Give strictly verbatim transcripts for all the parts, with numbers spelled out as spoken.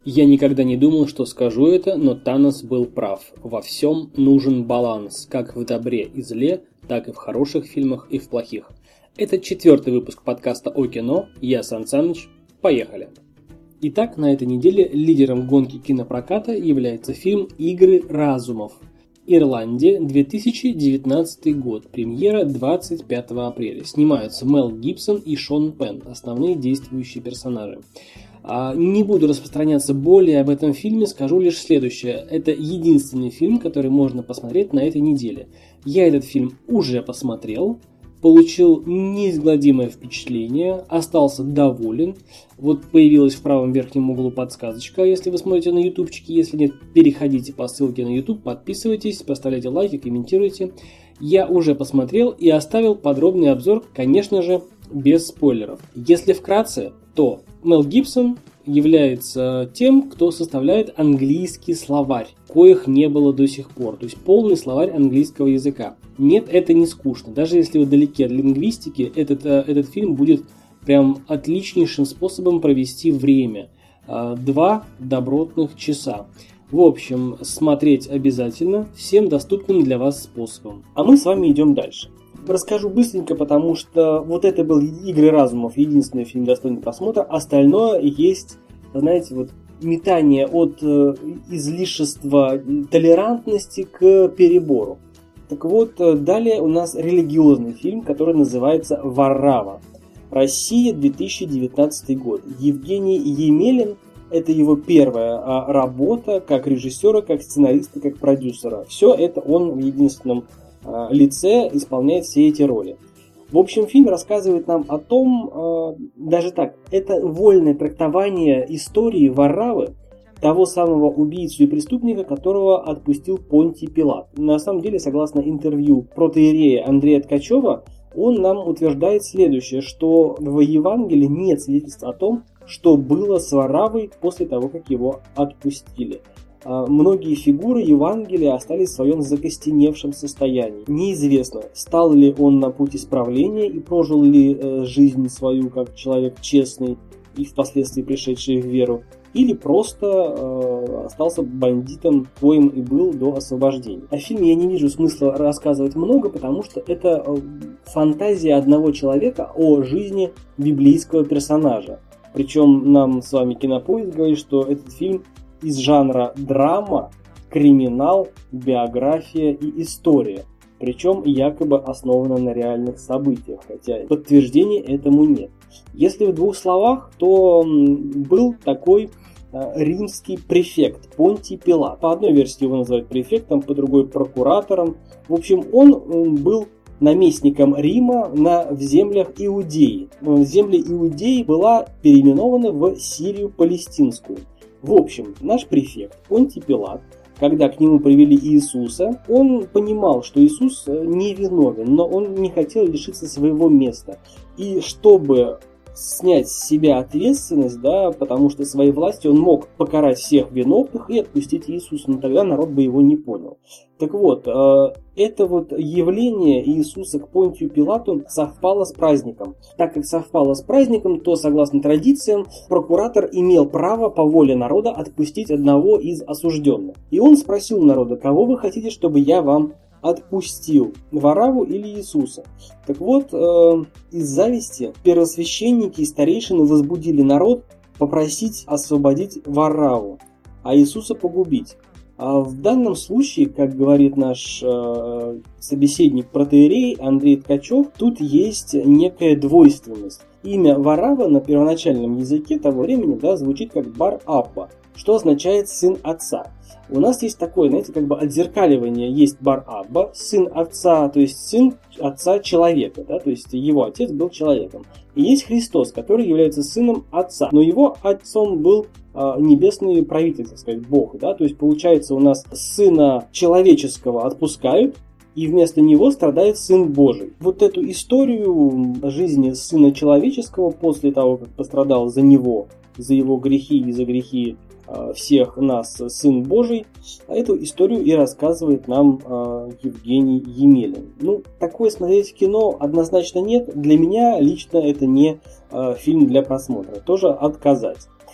Я никогда не думал, что скажу это, но Танос был прав. Во всем нужен баланс, как в добре и зле, так и в хороших фильмах и в плохих. Это четвертый выпуск подкаста о кино. Я Сан Саныч. Поехали! Итак, на этой неделе лидером гонки кинопроката является фильм «Игры разумов». Ирландия, две тысячи девятнадцатый год. Премьера двадцать пятого апреля. Снимаются Мел Гибсон и Шон Пенн, основные действующие персонажи. Не буду распространяться более об этом фильме, скажу лишь следующее. Это единственный фильм, который можно посмотреть на этой неделе. Я этот фильм уже посмотрел, получил неизгладимое впечатление, остался доволен. Вот появилась в правом верхнем углу подсказочка, если вы смотрите на ютубчике. Если нет, переходите по ссылке на YouTube, подписывайтесь, поставляйте лайки, комментируйте. Я уже посмотрел и оставил подробный обзор, конечно же, без спойлеров. Если вкратце, то Мел Гибсон является тем, кто составляет английский словарь, коих не было до сих пор. То есть полный словарь английского языка. Нет, это не скучно. Даже если вы далеки от лингвистики, этот, этот фильм будет прям отличнейшим способом провести время. Два добротных часа. В общем, смотреть обязательно всем доступным для вас способом. А мы с вами идем дальше. Расскажу быстренько, потому что вот это был «Игры разумов», единственный фильм достойный просмотра. Остальное есть, знаете, вот метание от э, излишества толерантности к перебору. Так вот, далее у нас религиозный фильм, который называется «Варрава». Россия, две тысячи девятнадцатый год. Евгений Емелин. Это его первая а, работа как режиссера, как сценариста, как продюсера. Все это он в единственном лице исполняет все эти роли. В общем, фильм рассказывает нам о том, даже так, это вольное трактование истории Варравы, того самого убийцу и преступника, которого отпустил Понтий Пилат. На самом деле, согласно интервью протоиерея Андрея Ткачева, он нам утверждает следующее, что в Евангелии нет свидетельств о том, что было с Варравой после того, как его отпустили. Многие фигуры Евангелия остались в своем закостеневшем состоянии. Неизвестно, стал ли он на путь исправления и прожил ли э, жизнь свою как человек честный и впоследствии пришедший в веру, или просто э, остался бандитом, коим и был до освобождения. О фильме я не вижу смысла рассказывать много, потому что это э, фантазия одного человека о жизни библейского персонажа. Причем нам с вами Кинопоиск говорит, что этот фильм из жанра драма, криминал, биография и история. Причем якобы основана на реальных событиях, хотя подтверждений этому нет. Если в двух словах, то был такой римский префект Понтий Пилат. По одной версии его называют префектом, по другой прокуратором. В общем, он был наместником Рима на, в землях Иудеи. Земля Иудеи была переименована в Сирию Палестинскую. В общем, наш префект Понтий Пилат, когда к нему привели Иисуса, он понимал, что Иисус не виновен, но он не хотел лишиться своего места. И чтобы снять с себя ответственность, да, потому что своей властью он мог покарать всех виновных и отпустить Иисуса, но тогда народ бы его не понял. Так вот, это вот явление Иисуса к Понтию Пилату совпало с праздником. Так как совпало с праздником, то, согласно традициям, прокуратор имел право по воле народа отпустить одного из осужденных. И он спросил народа: кого вы хотите, чтобы я вам отпустил, Варраву или Иисуса? Так вот, э, из зависти первосвященники и старейшины возбудили народ попросить освободить Варраву, а Иисуса погубить. А в данном случае, как говорит наш э, собеседник протоиерей Андрей Ткачев, тут есть некая двойственность. Имя Варрава на первоначальном языке того времени, да, звучит как Бар-Абба, что означает «сын отца». У нас есть такое, знаете, как бы отзеркаливание. Есть Бар-Абба, сын отца, то есть сын отца человека, да, то есть его отец был человеком. И есть Христос, который является сыном отца, но его отцом был э, небесный правитель, так сказать, Бог, да, то есть получается у нас сына человеческого отпускают, и вместо него страдает Сын Божий. Вот эту историю жизни Сына Человеческого после того, как пострадал за него, за его грехи и за грехи всех нас Сын Божий, эту историю и рассказывает нам э, Евгений Емелин. Ну, такое смотреть кино однозначно нет. Для меня лично это не э, фильм для просмотра. Тоже отказать.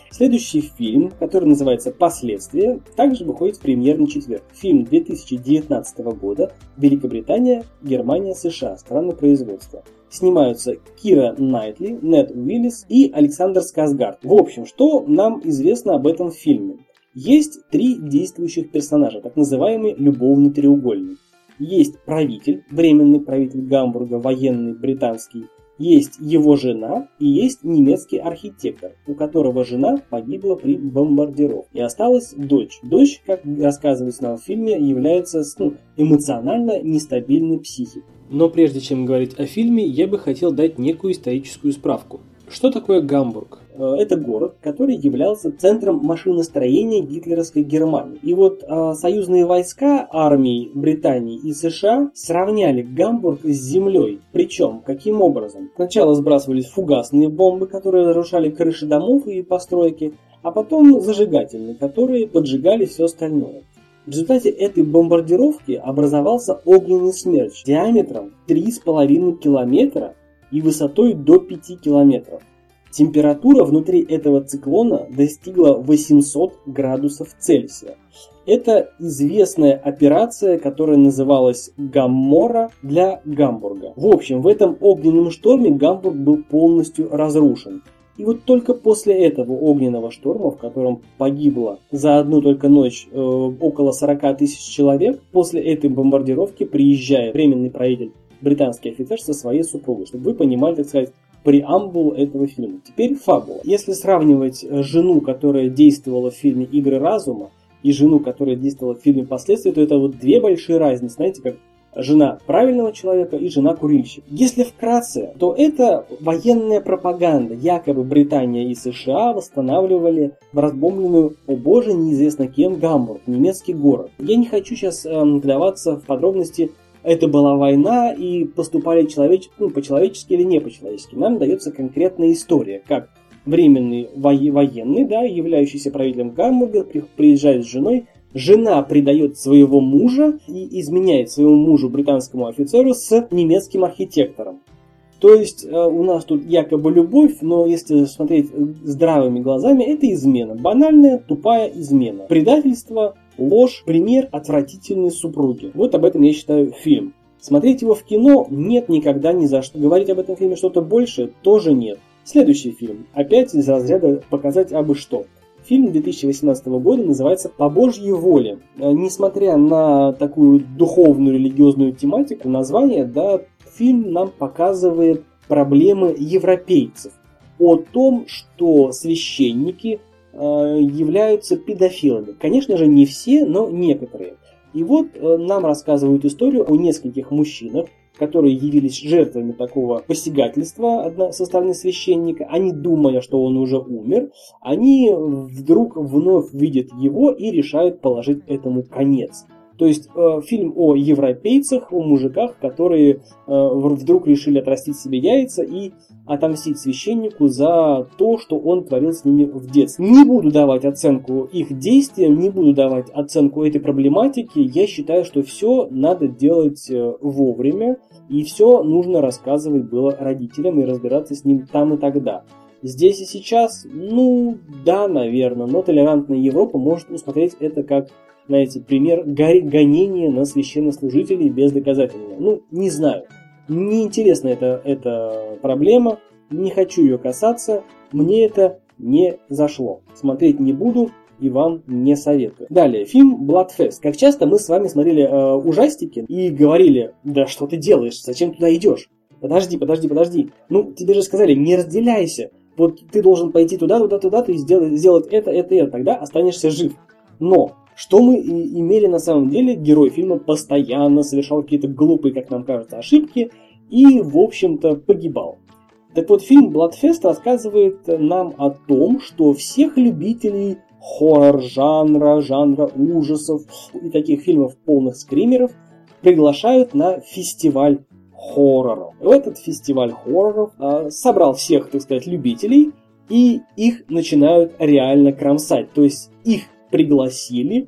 Следующий фильм, который называется «Последствия», также выходит в премьерный четверг. Фильм две тысячи девятнадцатого года, Великобритания, Германия, США, страны производства. Снимаются Кира Найтли, Нед Уиллис и Александр Скарсгард. В общем, что нам известно об этом фильме? Есть три действующих персонажа, так называемый любовный треугольник. Есть правитель, временный правитель Гамбурга, военный британский. Есть его жена и есть немецкий архитектор, у которого жена погибла при бомбардировке. И осталась дочь. Дочь, как рассказывается нам в фильме, является ну, эмоционально нестабильной психикой. Но прежде чем говорить о фильме, я бы хотел дать некую историческую справку. Что такое Гамбург? Это город, который являлся центром машиностроения гитлеровской Германии. И вот э, союзные войска армии Британии и США сравняли Гамбург с землей. Причем, каким образом? Сначала сбрасывались фугасные бомбы, которые разрушали крыши домов и постройки, а потом зажигательные, которые поджигали все остальное. В результате этой бомбардировки образовался огненный смерч диаметром три с половиной километра и высотой до пяти километров. Температура внутри этого циклона достигла восемьсот градусов Цельсия. Это известная операция, которая называлась Гаммора для Гамбурга. В общем, в этом огненном шторме Гамбург был полностью разрушен. И вот только после этого огненного шторма, в котором погибло за одну только ночь э, около сорок тысяч человек, после этой бомбардировки приезжает временный правитель, британский офицер со своей супругой, чтобы вы понимали, так сказать, преамбул этого фильма. Теперь фабула. Если сравнивать жену, которая действовала в фильме «Игры разума», и жену, которая действовала в фильме «Последствия», то это вот две большие разницы, знаете, как жена правильного человека и жена курильщика. Если вкратце, то это военная пропаганда. Якобы Британия и США восстанавливали разбомбленную, о боже, неизвестно кем, Гамбург, немецкий город. Я не хочу сейчас э, вдаваться в подробности. Это была война, и поступали человеч... ну, по-человечески или не по-человечески. Нам дается конкретная история, как временный во... военный, да, являющийся правителем Гамбурга, при... приезжает с женой, жена предает своего мужа и изменяет своему мужу, британскому офицеру, с немецким архитектором. То есть э, у нас тут якобы любовь, но если смотреть здравыми глазами, это измена. Банальная, тупая измена. Предательство, ложь, пример отвратительной супруги. Вот об этом я считаю фильм. Смотреть его в кино нет никогда ни за что. Говорить об этом фильме что-то большее тоже нет. Следующий фильм. Опять из разряда показать абы что. Фильм две тысячи восемнадцатого года называется «По Божьей воле». Несмотря на такую духовную религиозную тематику, название, да, фильм нам показывает проблемы европейцев. О том, что священники э, являются педофилами. Конечно же, не все, но некоторые. И вот э, нам рассказывают историю о нескольких мужчинах, которые явились жертвами такого посягательства со стороны священника. Они, думая, что он уже умер, они вдруг вновь видят его и решают положить этому конец. То есть э, фильм о европейцах, о мужиках, которые э, вдруг решили отрастить себе яйца и отомстить священнику за то, что он творил с ними в детстве. Не буду давать оценку их действиям, не буду давать оценку этой проблематике. Я считаю, что все надо делать э, вовремя, и все нужно рассказывать было родителям и разбираться с ним там и тогда. Здесь и сейчас, ну да, наверное, но толерантная Европа может усмотреть это как, знаете, пример гонения на священнослужителей бездоказательно. Ну, не знаю. Неинтересна эта, эта проблема. Не хочу ее касаться. Мне это не зашло. Смотреть не буду и вам не советую. Далее, фильм «Bloodfest». Как часто мы с вами смотрели э, ужастики и говорили: да что ты делаешь, зачем туда идешь? Подожди, подожди, подожди. Ну, тебе же сказали, не разделяйся. Вот ты должен пойти туда, туда, туда, и сделать, сделать это, это, это. Тогда останешься жив. Но что мы имели на самом деле? Герой фильма постоянно совершал какие-то глупые, как нам кажется, ошибки и, в общем-то, погибал. Так вот, фильм «Bloodfest» рассказывает нам о том, что всех любителей хоррор-жанра, жанра ужасов и таких фильмов полных скримеров приглашают на фестиваль хорроров. Этот фестиваль хорроров э, собрал всех, так сказать, любителей, и их начинают реально кромсать. То есть их пригласили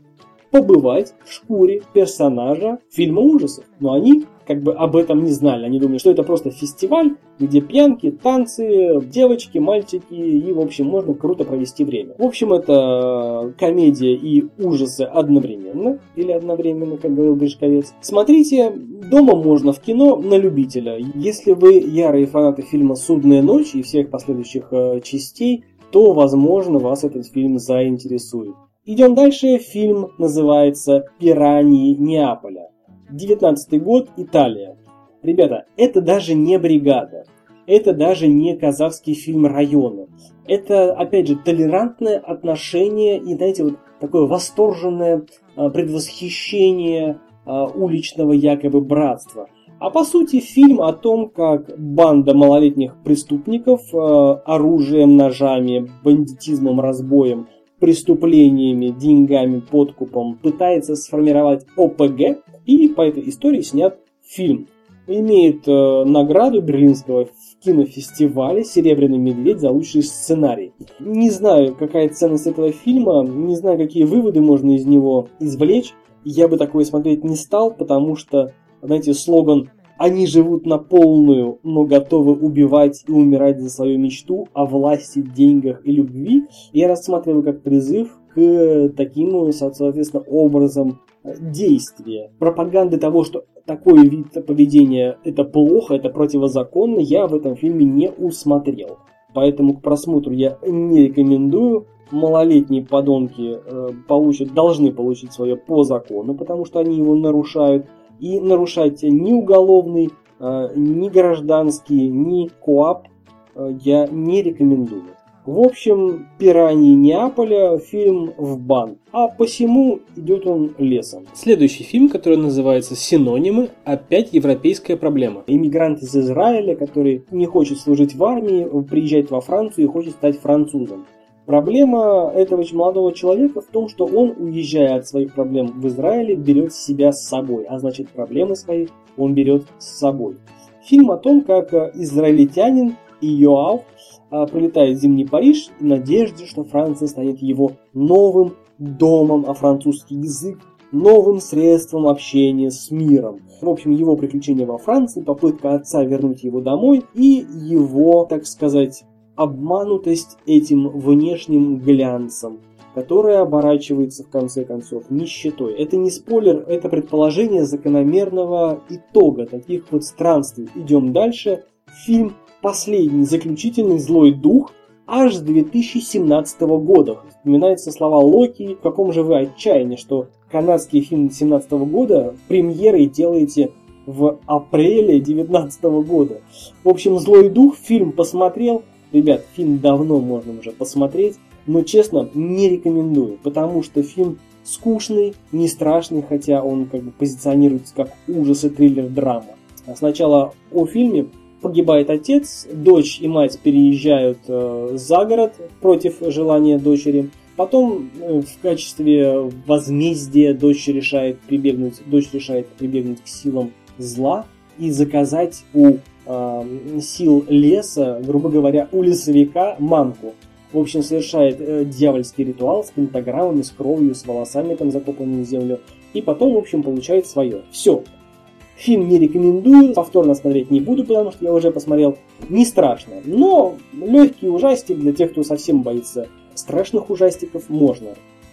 побывать в шкуре персонажа фильма ужасов. Но они как бы об этом не знали. Они думали, что это просто фестиваль, где пьянки, танцы, девочки, мальчики, и, в общем, можно круто провести время. В общем, это комедия и ужасы одновременно, или одновременно, как говорил Гришковец. Смотрите, дома можно, в кино на любителя. Если вы ярые фанаты фильма «Судная ночь» и всех последующих э, частей, то, возможно, вас этот фильм заинтересует. Идем дальше. Фильм называется «Пираньи Неаполя». девятнадцатый год, Италия. Ребята, это даже не «Бригада». Это даже не казахский фильм района. Это, опять же, толерантное отношение и, знаете, вот такое восторженное а, предвосхищение а, уличного якобы братства. А по сути фильм о том, как банда малолетних преступников а, оружием, ножами, бандитизмом, разбоем, преступлениями, деньгами, подкупом пытается сформировать ОПГ, и по этой истории снят фильм. Имеет э, награду Берлинского кинофестиваля «Серебряный медведь» за лучший сценарий. Не знаю, какая ценность этого фильма, не знаю, какие выводы можно из него извлечь. Я бы такое смотреть не стал, потому что, знаете, слоган «Они живут на полную, но готовы убивать и умирать за свою мечту о власти, деньгах и любви» я рассматриваю как призыв к таким, соответственно, образом действия. Пропаганды того, что такой вид поведения это плохо, это противозаконно, я в этом фильме не усмотрел. Поэтому к просмотру я не рекомендую. Малолетние подонки э, получат, должны получить свое по закону, потому что они его нарушают. И нарушать ни уголовный, э, ни гражданский, ни КоАП э, я не рекомендую. В общем, «Пираньи Неаполя» фильм в бан, а посему идет он лесом. Следующий фильм, который называется «Синонимы», опять европейская проблема. Иммигрант из Израиля, который не хочет служить в армии, приезжает во Францию и хочет стать французом. Проблема этого молодого человека в том, что он, уезжая от своих проблем в Израиле, берет себя с собой, а значит проблемы свои он берет с собой. Фильм о том, как израильтянин Йоав прилетает в Зимний Париж в надежде, что Франция станет его новым домом, а французский язык новым средством общения с миром. В общем, его приключения во Франции, попытка отца вернуть его домой и его, так сказать, обманутость этим внешним глянцем, которая оборачивается в конце концов нищетой. Это не спойлер, это предположение закономерного итога таких вот странствий. Идем дальше. Фильм «Последний заключительный злой дух» аж с две тысячи семнадцатого года. Вспоминаются слова Локи: «В каком же вы отчаянии, что канадский фильм две тысячи семнадцатого года премьерой делаете в апреле две тысячи девятнадцатого года». В общем, «Злой дух» фильм посмотрел. Ребят, фильм давно можно уже посмотреть, но, честно, не рекомендую, потому что фильм скучный, не страшный, хотя он как бы позиционируется как ужас и триллер-драма. Сначала о фильме. Погибает отец, дочь и мать переезжают э, за город против желания дочери. Потом э, в качестве возмездия дочь решает прибегнуть, дочь решает прибегнуть к силам зла и заказать у э, сил леса, грубо говоря, у лесовика мамку. В общем, совершает э, дьявольский ритуал с пентаграммами, с кровью, с волосами там закопанными в землю. И потом, в общем, получает свое. Все. Фильм не рекомендую, повторно смотреть не буду, потому что я уже посмотрел. Не страшно, но легкий ужастик для тех, кто совсем боится страшных ужастиков, можно.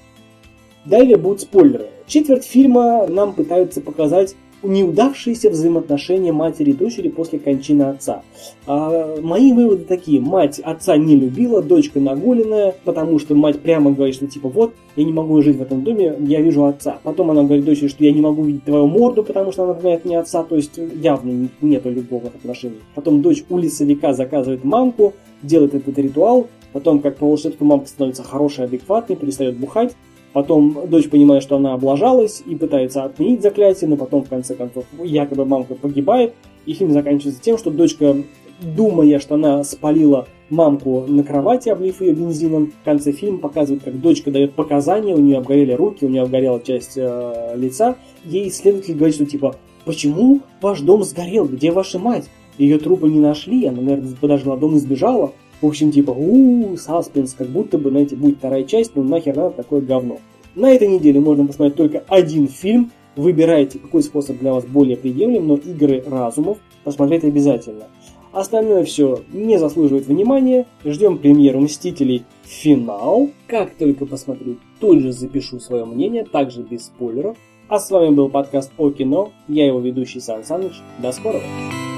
Далее будут спойлеры. Четверть фильма нам пытаются показать неудавшиеся взаимоотношения матери и дочери после кончины отца. А мои выводы такие: мать отца не любила, дочка нагуленная, потому что мать прямо говорит, что типа вот, я не могу жить в этом доме, я вижу отца. Потом она говорит дочери, что я не могу видеть твою морду, потому что она напоминает мне отца, то есть явно нету любовных отношений. Потом дочь у лесовика заказывает мамку, делает этот ритуал, потом как по волшебству мамка становится хорошей, адекватной, перестает бухать. Потом дочь понимает, что она облажалась и пытается отменить заклятие, но потом в конце концов якобы мамка погибает. И фильм заканчивается тем, что дочка, думая, что она спалила мамку на кровати, облив ее бензином, в конце фильма показывает, как дочка дает показания, у нее обгорели руки, у нее обгорела часть э, лица. Ей следователь говорит, что типа, почему ваш дом сгорел, где ваша мать? Ее трупа не нашли, она, наверное, подожгла дом и сбежала. В общем, типа, ууу, саспенс, как будто бы, знаете, будет вторая часть, ну нахер надо такое говно. На этой неделе можно посмотреть только один фильм. Выбирайте, какой способ для вас более приемлем, но «Игры разумов» посмотреть обязательно. Остальное все не заслуживает внимания. Ждем премьеру «Мстителей. Финал». Как только посмотрю, тут же запишу свое мнение, также без спойлеров. А с вами был подкаст о кино. Я его ведущий Сан Саныч. До скорого!